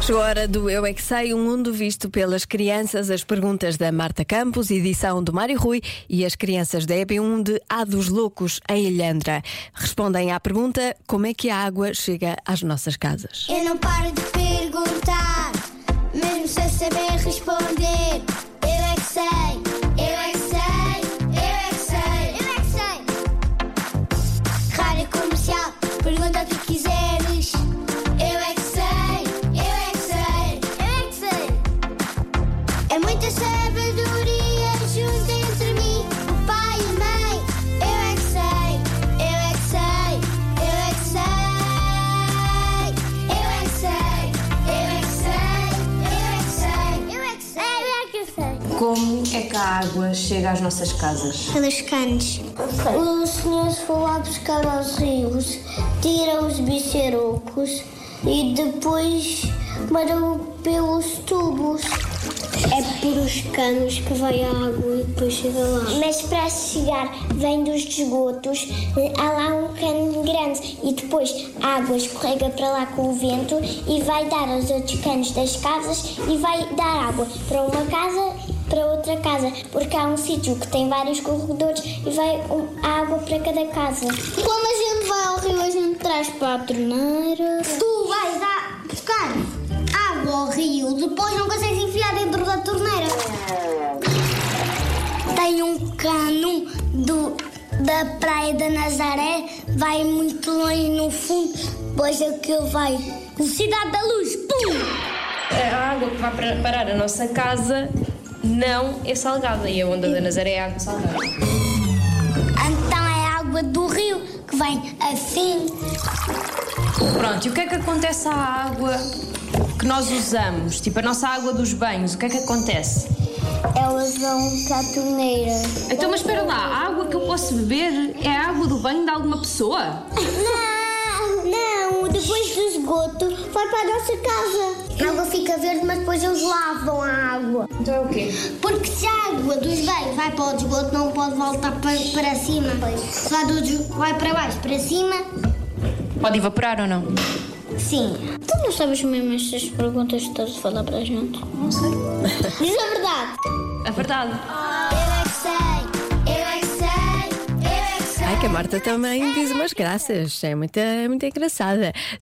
Chegou a hora do Eu é que Sei, um mundo visto pelas crianças. As perguntas da Marta Campos, edição do Mário Rui, e as crianças da EB1 de Há dos Loucos, em Ilhandra. Respondem à pergunta: como é que a água chega às nossas casas? Eu não paro de perguntar, mesmo sem saber responder. Eu é que sei, eu é que sei, eu é que sei, eu é que sei. Rádio Comercial, pergunta o que quiseres. Eu é que sei, eu é que sei, eu é que sei. É muita sabedoria junto entre mim, o pai e a mãe. Eu é que sei, eu é que sei, eu é que sei. Eu é que sei, eu é que sei, eu é que sei, eu é que sei, eu é que sei. Como é que a água chega às nossas casas? Pelos canos. O senhor foi lá buscar aos rios, tira os bicharucos e depois mandam pelos tubos. É por os canos que vai a água e depois chega lá. Mas para chegar, vem dos esgotos, há lá um cano grande e depois a água escorrega para lá com o vento e vai dar aos outros canos das casas e vai dar água para uma casa, para outra casa, porque há um sítio que tem vários corredores e vai água para cada casa. Quando a gente vai ao rio, a gente traz para a torneira. Tu vais buscar água ao rio, depois não consegues enfiar dentro da torneira. Tem um cano da Praia da Nazaré, vai muito longe no fundo, depois aquilo vai. Velocidade da luz, pum! A água que vai parar a nossa casa não é salgada e a onda da Nazaré é água salgada. Então é água do rio que vem assim. Pronto, e o que é que acontece à água que nós usamos? Tipo a nossa água dos banhos, o que é que acontece? Elas vão para a torneira. Então, mas espera lá, a água que eu posso beber é a água do banho de alguma pessoa? Não, depois do esgoto vai para a nossa casa. A água fica verde, mas depois eles lavam a água. Então é o quê? Porque se a água dos banhos vai para o esgoto, não pode voltar para cima. Se vai para baixo, para cima. Pode evaporar ou não? Sim. Tu não sabes mesmo estas perguntas que estás a falar para a gente? Não sei. Diz a verdade. A verdade. Eu é que sei, eu é que sei, eu é que sei. Ai, que a Marta também diz umas graças. É muito engraçada.